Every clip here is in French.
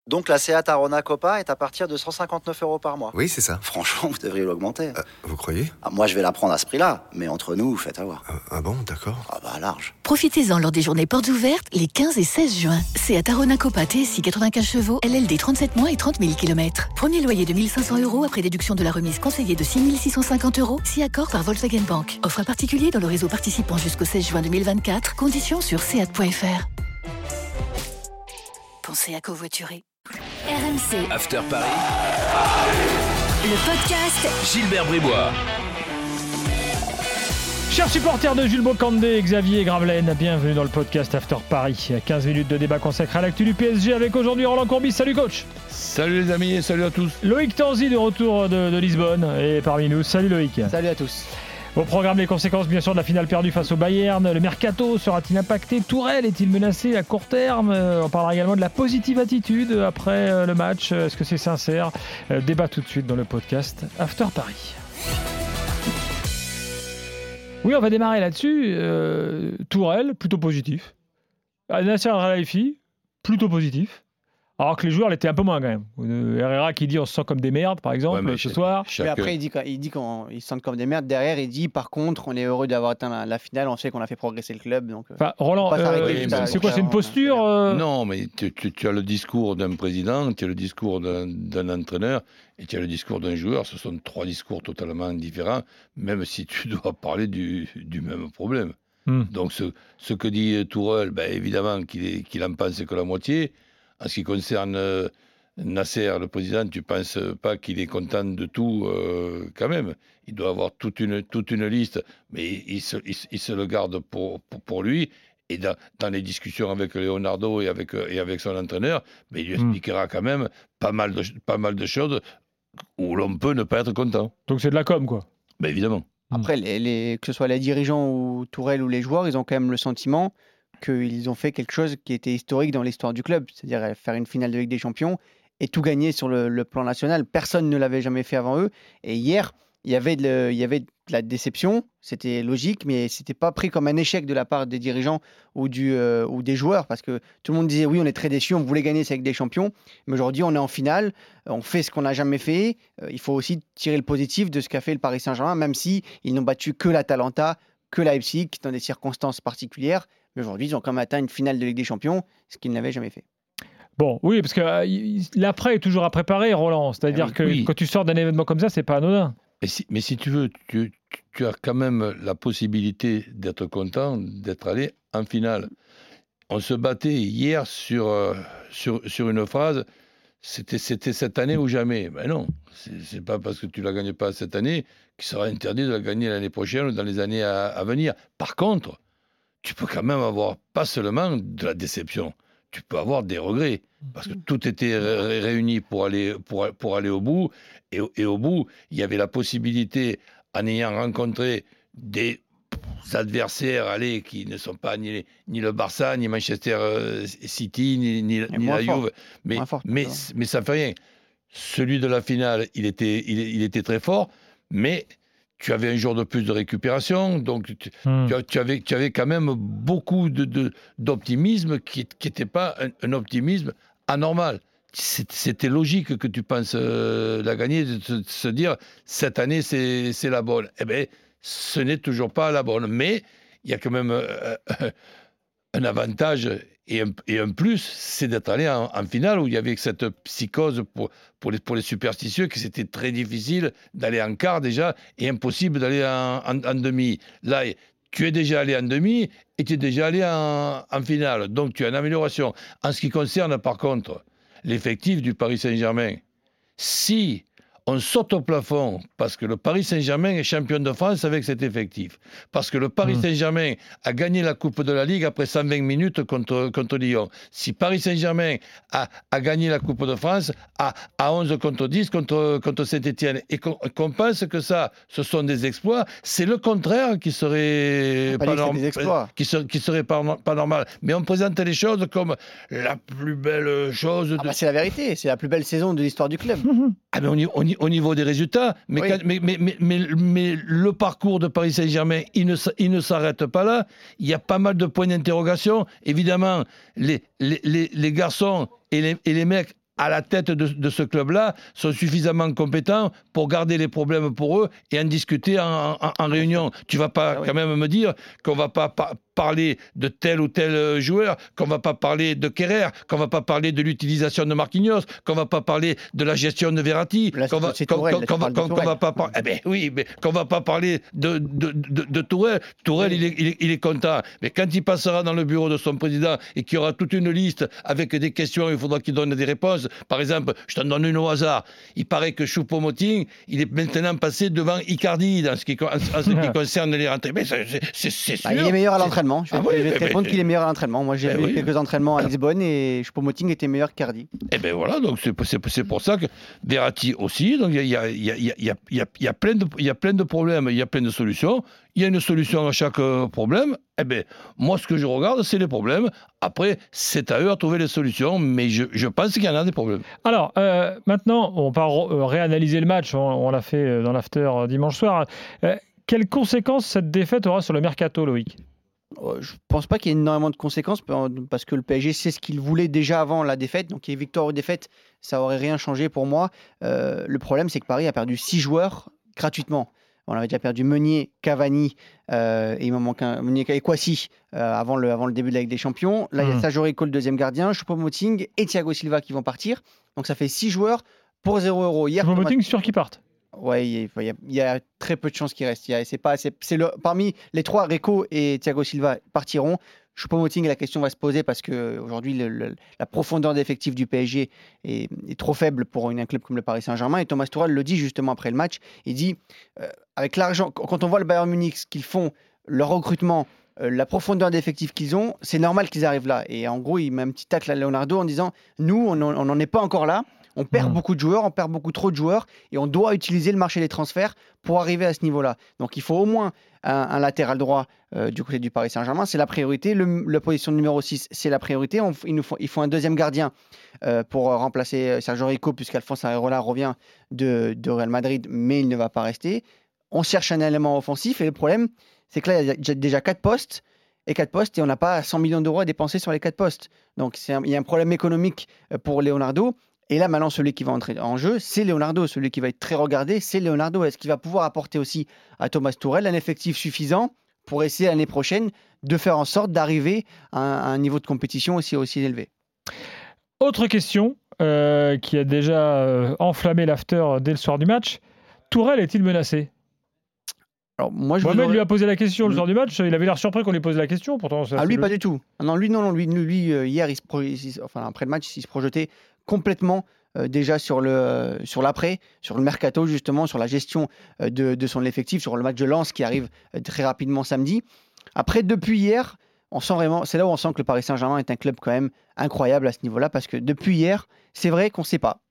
Donc la Seat Arona Copa est à partir de 159 € par mois. Oui, c'est ça. Franchement, vous devriez l'augmenter. Vous croyez ? Moi, je vais la prendre à ce prix-là, mais entre nous, faites avoir. Ah bon, d'accord. Large. Profitez-en lors des journées portes ouvertes les 15 et 16 juin. Seat Arona Copa TSI 95 chevaux, LLD 37 mois et 30 000 km. Premier loyer de 1 500 € après déduction de la remise conseillée de 6 650 €, si accord par Volkswagen Bank. Offre à particulier dans le réseau participant jusqu'au 16 juin 2024. Conditions sur seat.fr. Pensez à covoiturer. RMC After Paris, le podcast Gilbert Bribois. Chers supporters de Jules Bocandé, Xavier Gravelaine, bienvenue dans le podcast After Paris. 15 minutes de débat consacré à l'actu du PSG avec aujourd'hui Roland Courbis. Salut coach. Salut les amis et salut à tous. Loïc Tanzi de retour de Lisbonne est parmi nous. Salut Loïc. Salut à tous. Au programme, les conséquences bien sûr de la finale perdue face au Bayern. Le mercato sera-t-il impacté ? Tourelle est-il menacé à court terme ? On parlera également de la positive attitude après le match. Est-ce que c'est sincère ? Débat tout de suite dans le podcast After Paris. Oui, on va démarrer là-dessus. Tourelle, plutôt positif. Nasser Al-Khelaifi, plutôt positif. Alors que les joueurs l'étaient un peu moins quand même. Herrera qui dit on se sent comme des merdes, par exemple, ce soir. Mais après, il dit qu'ils se sentent comme des merdes. Derrière, il dit par contre, on est heureux d'avoir atteint la finale. On sait qu'on a fait progresser le club. Donc, Roland, c'est quoi ? C'est une posture Non, mais tu as le discours d'un président, tu as le discours d'un entraîneur et tu as le discours d'un joueur. Ce sont trois discours totalement différents, même si tu dois parler du même problème. Donc, ce que dit Tourelle, évidemment qu'il en pense que la moitié. En ce qui concerne Nasser, le président, tu ne penses pas qu'il est content de tout quand même. Il doit avoir toute une liste, mais il se le garde pour lui. Et dans les discussions avec Leonardo et avec son entraîneur, il lui expliquera quand même pas mal de choses où l'on peut ne pas être content. Donc c'est de la com, quoi. Évidemment. Après, que ce soit les dirigeants ou Tourelle ou les joueurs, ils ont quand même le sentiment qu'ils ont fait quelque chose qui était historique dans l'histoire du club, c'est-à-dire faire une finale de Ligue des Champions et tout gagner sur le plan national. Personne ne l'avait jamais fait avant eux. Et hier, il y avait de la déception, c'était logique, mais c'était pas pris comme un échec de la part des dirigeants ou des joueurs, parce que tout le monde disait oui, on est très déçus, on voulait gagner avec des champions, mais aujourd'hui on est en finale, on fait ce qu'on n'a jamais fait. Il faut aussi tirer le positif de ce qu'a fait le Paris Saint-Germain, même si ils n'ont battu que l'Atalanta, que Leipzig, dans des circonstances particulières. Mais aujourd'hui, ils ont quand même atteint une finale de Ligue des Champions, ce qu'ils n'avaient jamais fait. Bon, oui, parce que l'après est toujours à préparer, Roland. C'est-à-dire que quand tu sors d'un événement comme ça, c'est pas anodin. Mais si tu veux, tu as quand même la possibilité d'être content, d'être allé en finale. On se battait hier sur une phrase, c'était cette année ou jamais. Ben non, c'est pas parce que tu la gagnes pas cette année qu'il sera interdit de la gagner l'année prochaine ou dans les années à venir. Par contre, tu peux quand même avoir pas seulement de la déception, tu peux avoir des regrets, parce que tout était réuni pour aller au bout, et au bout, il y avait la possibilité, en ayant rencontré des adversaires qui ne sont pas ni le Barça, ni Manchester City, ni la Juve, mais ça fait rien. Celui de la finale, il était très fort, mais tu avais un jour de plus de récupération, donc tu avais quand même beaucoup d'optimisme qui n'était pas un optimisme anormal. C'était logique que tu penses la gagner, de se dire cette année c'est la bonne. Eh bien, ce n'est toujours pas la bonne, mais il y a quand même un avantage et un plus, c'est d'être allé en finale où il y avait cette psychose pour les superstitieux, que c'était très difficile d'aller en quart déjà et impossible d'aller en demi. Là, tu es déjà allé en demi et tu es déjà allé en finale. Donc tu as une amélioration. En ce qui concerne par contre l'effectif du Paris Saint-Germain, si on saute au plafond parce que le Paris Saint-Germain est champion de France avec cet effectif, parce que le Paris Saint-Germain a gagné la Coupe de la Ligue après 120 minutes contre Lyon, si Paris Saint-Germain a gagné la Coupe de France à 11 contre 10 contre Saint-Etienne, et qu'on pense que ce sont des exploits, c'est le contraire qui serait qui serait pas normal. Mais on présente les choses comme la plus belle chose. C'est la vérité, c'est la plus belle saison de l'histoire du club. Ah mais au niveau des résultats, mais le parcours de Paris Saint-Germain, il ne s'arrête pas là. Il y a pas mal de points d'interrogation. Évidemment, les garçons et les mecs à la tête de ce club-là sont suffisamment compétents pour garder les problèmes pour eux et en discuter en réunion. Tu vas pas quand même me dire qu'on va pas parler de tel ou tel joueur, qu'on va pas parler de Kerrer, qu'on va pas parler de l'utilisation de Marquinhos, qu'on va pas parler de la gestion de Verratti, qu'on va pas parler de Tourelle. Tourelle, il est content. Mais quand il passera dans le bureau de son président et qu'il y aura toute une liste avec des questions, il faudra qu'il donne des réponses. Par exemple, je t'en donne une au hasard. Il paraît que Choupo-Moting, il est maintenant passé devant Icardi en ce qui concerne les rentrées. Mais c'est sûr. Il est meilleur à l'entraînement. Je vais te répondre qu'il est meilleur à l'entraînement. Moi, j'ai vu quelques entraînements à Lisbonne et Choupo-Moting était meilleur qu'Icardi. Et bien voilà, donc c'est pour ça que Verratti aussi. Donc il y a plein de problèmes, il y a plein de solutions. Il y a une solution à chaque problème. Eh bien, moi, ce que je regarde, c'est les problèmes. Après, c'est à eux à trouver les solutions, mais je pense qu'il y en a des problèmes. Alors, maintenant, on va réanalyser le match. On l'a fait dans l'after dimanche soir. Quelles conséquences cette défaite aura sur le mercato, Loïc ? Je ne pense pas qu'il y ait énormément de conséquences parce que le PSG sait ce qu'il voulait déjà avant la défaite. Donc, il y ait victoire ou défaite, ça n'aurait rien changé pour moi. Le problème, c'est que Paris a perdu 6 joueurs gratuitement. On avait déjà perdu Meunier, Cavani, et il m'en manque un, Meunier et Kouassi avant le début de la Ligue des Champions. Là, il y a Sergio Rico, le deuxième gardien, Choupo-Moting et Thiago Silva qui vont partir. Donc, ça fait 6 joueurs pour 0 €. Choupo-Moting, sûr qu'ils partent. Oui, il y a très peu de chances qu'il reste. Parmi les 3, Rico et Thiago Silva partiront. Choupo-Moting, la question va se poser parce qu'aujourd'hui, la profondeur d'effectif du PSG est trop faible pour un club comme le Paris Saint-Germain. Et Thomas Tuchel le dit justement après le match. Il dit, avec l'argent, quand on voit le Bayern Munich, ce qu'ils font, leur recrutement, la profondeur d'effectif qu'ils ont, c'est normal qu'ils arrivent là. Et en gros, il met un petit tacle à Leonardo en disant, nous, on n'en est pas encore là. On perd beaucoup de joueurs, on perd beaucoup trop de joueurs et on doit utiliser le marché des transferts pour arriver à ce niveau-là. Donc il faut au moins un latéral droit du côté du Paris Saint-Germain, c'est la priorité. La position numéro 6, c'est la priorité. Il faut un deuxième gardien pour remplacer Sergio Rico puisqu'Alphonse Areola revient de Real Madrid, mais il ne va pas rester. On cherche un élément offensif et le problème, c'est que là, il y a déjà 4 postes. Et on n'a pas 100 millions d'euros à dépenser sur les 4 postes. Donc il y a un problème économique pour Leonardo. Et là, maintenant, celui qui va entrer en jeu, c'est Leonardo. Celui qui va être très regardé, c'est Leonardo. Est-ce qu'il va pouvoir apporter aussi à Thomas Tuchel un effectif suffisant pour essayer l'année prochaine de faire en sorte d'arriver à un niveau de compétition aussi élevé ? Autre question qui a déjà enflammé l'after dès le soir du match. Tuchel est-il menacé ? Alors, Mohamed lui a posé la question le soir du match. Il avait l'air surpris qu'on lui pose la question. Pourtant, lui, pas du tout. Lui, hier, après le match, il se projetait complètement déjà sur l'après, sur le mercato justement, sur la gestion de son effectif, sur le match de Lens qui arrive très rapidement samedi. Après, depuis hier, c'est là où on sent que le Paris Saint-Germain est un club quand même incroyable à ce niveau-là, parce que depuis hier, c'est vrai qu'on ne sait pas.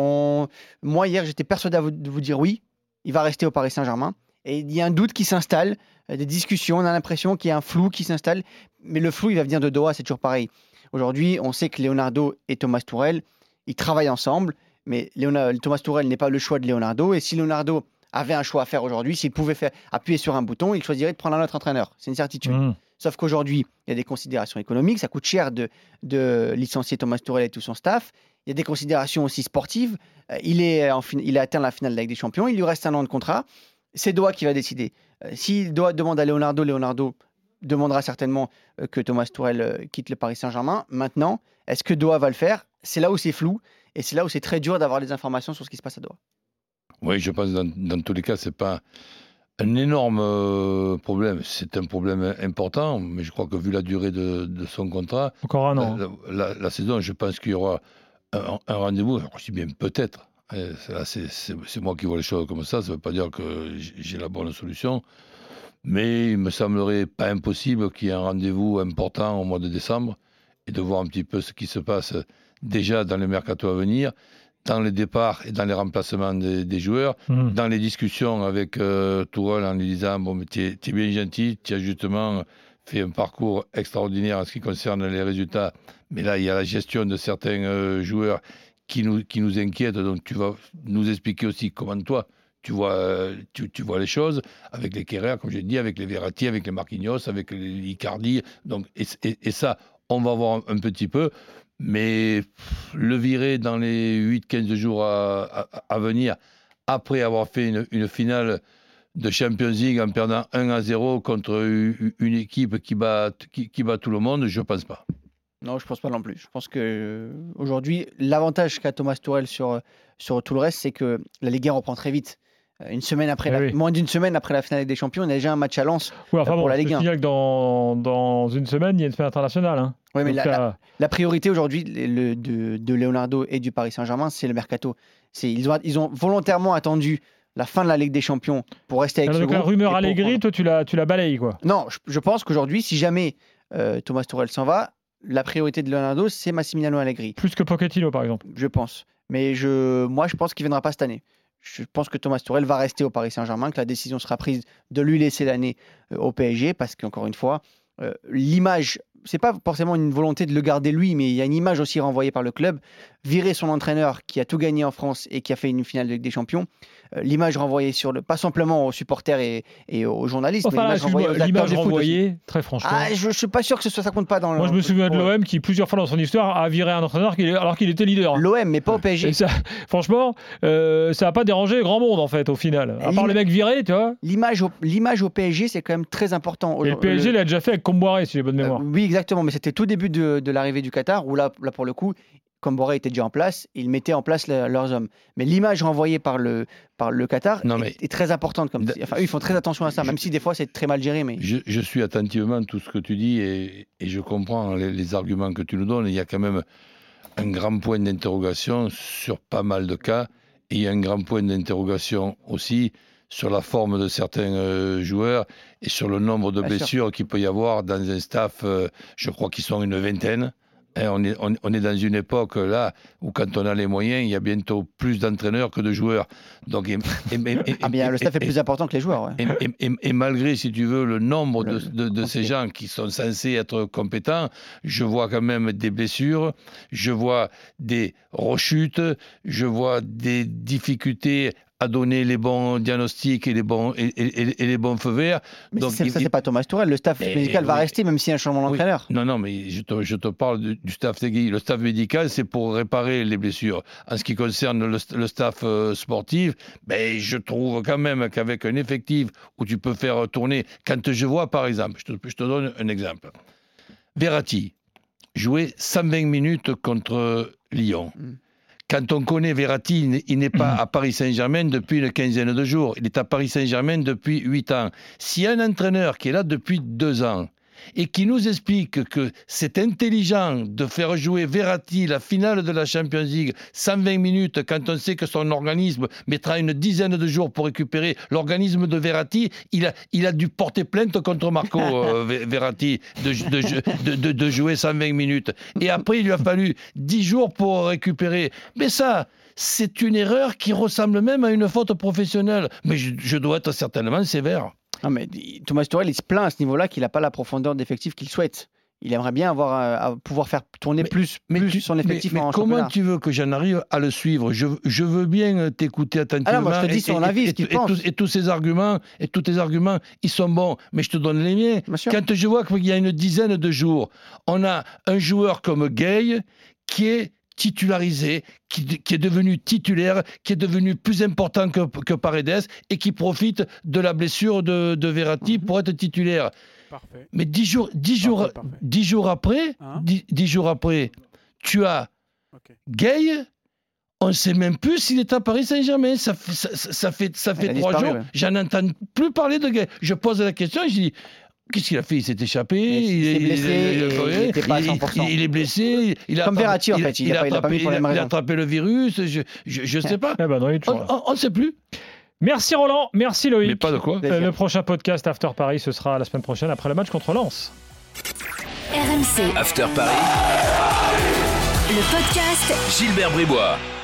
Moi, hier, j'étais persuadé de vous dire oui, il va rester au Paris Saint-Germain. Et il y a un doute qui s'installe, des discussions, on a l'impression qu'il y a un flou qui s'installe, mais le flou, il va venir de Doha, c'est toujours pareil. Aujourd'hui, on sait que Leonardo et Thomas Tuchel, ils travaillent ensemble, mais Thomas Tuchel n'est pas le choix de Leonardo, et si Leonardo avait un choix à faire aujourd'hui, s'il pouvait appuyer sur un bouton, il choisirait de prendre un autre entraîneur. C'est une certitude. Sauf qu'aujourd'hui, il y a des considérations économiques, ça coûte cher de licencier Thomas Tuchel et tout son staff. Il y a des considérations aussi sportives. Il a atteint la finale de la Ligue des Champions, il lui reste un an de contrat. C'est Doha qui va décider. Si Doha demande à Leonardo demandera certainement que Thomas Tuchel quitte le Paris Saint-Germain. Maintenant, est-ce que Doha va le faire ? C'est là où c'est flou et c'est là où c'est très dur d'avoir des informations sur ce qui se passe à Doha. Oui, je pense que dans tous les cas, ce n'est pas un énorme problème. C'est un problème important, mais je crois que vu la durée de son contrat, encore un an. La saison, je pense qu'il y aura un rendez-vous. Alors, je dis bien peut-être. C'est moi qui vois les choses comme ça ne veut pas dire que j'ai la bonne solution, mais il me semblerait pas impossible qu'il y ait un rendez-vous important au mois de décembre et de voir un petit peu ce qui se passe déjà dans les mercato à venir, dans les départs et dans les remplacements des joueurs, dans les discussions avec Tuchel en lui disant bon, mais tu es bien gentil, tu as justement fait un parcours extraordinaire en ce qui concerne les résultats, mais là il y a la gestion de certains joueurs qui nous inquiète, donc tu vas nous expliquer aussi comment toi tu vois les choses avec les Kerrer, comme j'ai dit, avec les Verratti, avec les Marquinhos, avec les Icardi, donc et ça on va voir un petit peu, Mais le virer dans les 8-15 jours à venir, après avoir fait une finale de Champions League en perdant 1-0 contre une équipe qui bat tout le monde, je ne pense pas. Non, je ne pense pas non plus. Je pense qu'aujourd'hui, l'avantage qu'a Thomas Tuchel sur tout le reste, c'est que la Ligue 1 reprend très vite. Moins d'une semaine après la finale des Champions, on a déjà un match à Lens pour la Ligue 1. Je que dans une semaine, il y a une semaine internationale. Hein. Oui, mais la priorité aujourd'hui de Leonardo et du Paris Saint-Germain, c'est le mercato. Ils ont volontairement attendu la fin de la Ligue des Champions pour rester avec ce groupe. La rumeur Allegri, toi, tu la balayes, quoi. Non, je pense qu'aujourd'hui, si jamais Thomas Tuchel s'en va, la priorité de Leonardo, c'est Massimiliano Allegri. Plus que Pochettino, par exemple. Je pense. Mais moi, je pense qu'il ne viendra pas cette année. Je pense que Thomas Tuchel va rester au Paris Saint-Germain, que la décision sera prise de lui laisser l'année au PSG, parce qu'encore une fois, l'image, c'est pas forcément une volonté de le garder lui, mais il y a une image aussi renvoyée par le club. Virer son entraîneur qui a tout gagné en France et qui a fait une finale de Ligue des Champions, l'image renvoyée pas simplement aux supporters et aux journalistes, mais l'image renvoyée aux acteurs du foot aussi. Très franchement. Je suis pas sûr que ça compte pas dans. Moi, je me souviens de l'OM qui plusieurs fois dans son histoire a viré un entraîneur alors qu'il était leader. L'OM, mais pas au PSG. Et ça, franchement, ça n'a pas dérangé grand monde en fait au final. À part le mec viré, tu vois. L'image au PSG, c'est quand même très important. Et le PSG l'a déjà fait avec Comboiré, si j'ai bonne mémoire. Oui, exactement, mais c'était tout début de l'arrivée du Qatar où là pour le coup. Comboiré était déjà en place, ils mettaient en place leurs hommes. Mais l'image renvoyée par le Qatar est très importante. Eux, ils font très attention à ça, même si des fois c'est très mal géré. Mais... Je suis attentivement tout ce que tu dis et je comprends les arguments que tu nous donnes. Il y a quand même un grand point d'interrogation sur pas mal de cas. Et il y a un grand point d'interrogation aussi sur la forme de certains joueurs et sur le nombre de blessures qu'il peut y avoir dans un staff, je crois qu'ils sont une vingtaine. On est dans une époque là où quand on a les moyens, il y a bientôt plus d'entraîneurs que de joueurs. Donc, le staff est plus important que les joueurs. Ouais. Et malgré, si tu veux, le nombre de ces gens qui sont censés être compétents, je vois quand même des blessures, je vois des rechutes, je vois des difficultés à donner les bons diagnostics et les bons feux verts. Mais donc, ça, c'est pas Thomas Tuchel. Le staff médical va rester même s'il y a un changement d'entraîneur. Non, mais je te parle du staff technique. Le staff médical, c'est pour réparer les blessures. En ce qui concerne le staff sportif, je trouve quand même qu'avec un effectif où tu peux faire tourner... Quand je vois, par exemple, je te donne un exemple. Verratti jouait 120 minutes contre Lyon. Quand on connaît Verratti, il n'est pas à Paris Saint-Germain depuis une quinzaine de jours. Il est à Paris Saint-Germain depuis 8 ans. S'il y a un entraîneur qui est là depuis 2 ans et qui nous explique que c'est intelligent de faire jouer Verratti la finale de la Champions League 120 minutes quand on sait que son organisme mettra une dizaine de jours pour récupérer l'organisme de Verratti, il a dû porter plainte contre Marco Verratti de jouer 120 minutes. Et après, il lui a fallu 10 jours pour récupérer. Mais ça, c'est une erreur qui ressemble même à une faute professionnelle. Mais je dois être certainement sévère. Non, mais Thomas Tuchel, il se plaint à ce niveau-là qu'il n'a pas la profondeur d'effectif qu'il souhaite. Il aimerait bien à pouvoir faire tourner plus son effectif en championnat. Comment tu veux que j'en arrive à le suivre ? Je veux bien t'écouter attentivement. Moi, je te dis son avis, ce qu'il pense. Et tous tes arguments, ils sont bons. Mais je te donne les miens. Quand je vois qu'il y a une dizaine de jours, on a un joueur comme Gueye qui est titularisé, qui est devenu titulaire, qui est devenu plus important que Paredes et qui profite de la blessure de Verratti pour être titulaire. Parfait. Mais 10 jours après, tu as Gueye. On ne sait même plus s'il est à Paris Saint-Germain. Ça fait 3 jours. Ouais. J'en entends plus parler de Gueye. Je pose la question et je dis... Qu'est-ce qu'il a fait ? Il s'est échappé. Il est blessé. Comme Verratti, en fait. Il a attrapé le virus. Je ne sais pas. On ne sait plus. Merci Roland. Merci Loïc. Mais pas de quoi. Le prochain podcast After Paris, ce sera la semaine prochaine après le match contre Lens. RMC. After Paris. Le podcast Gilbert Bribois.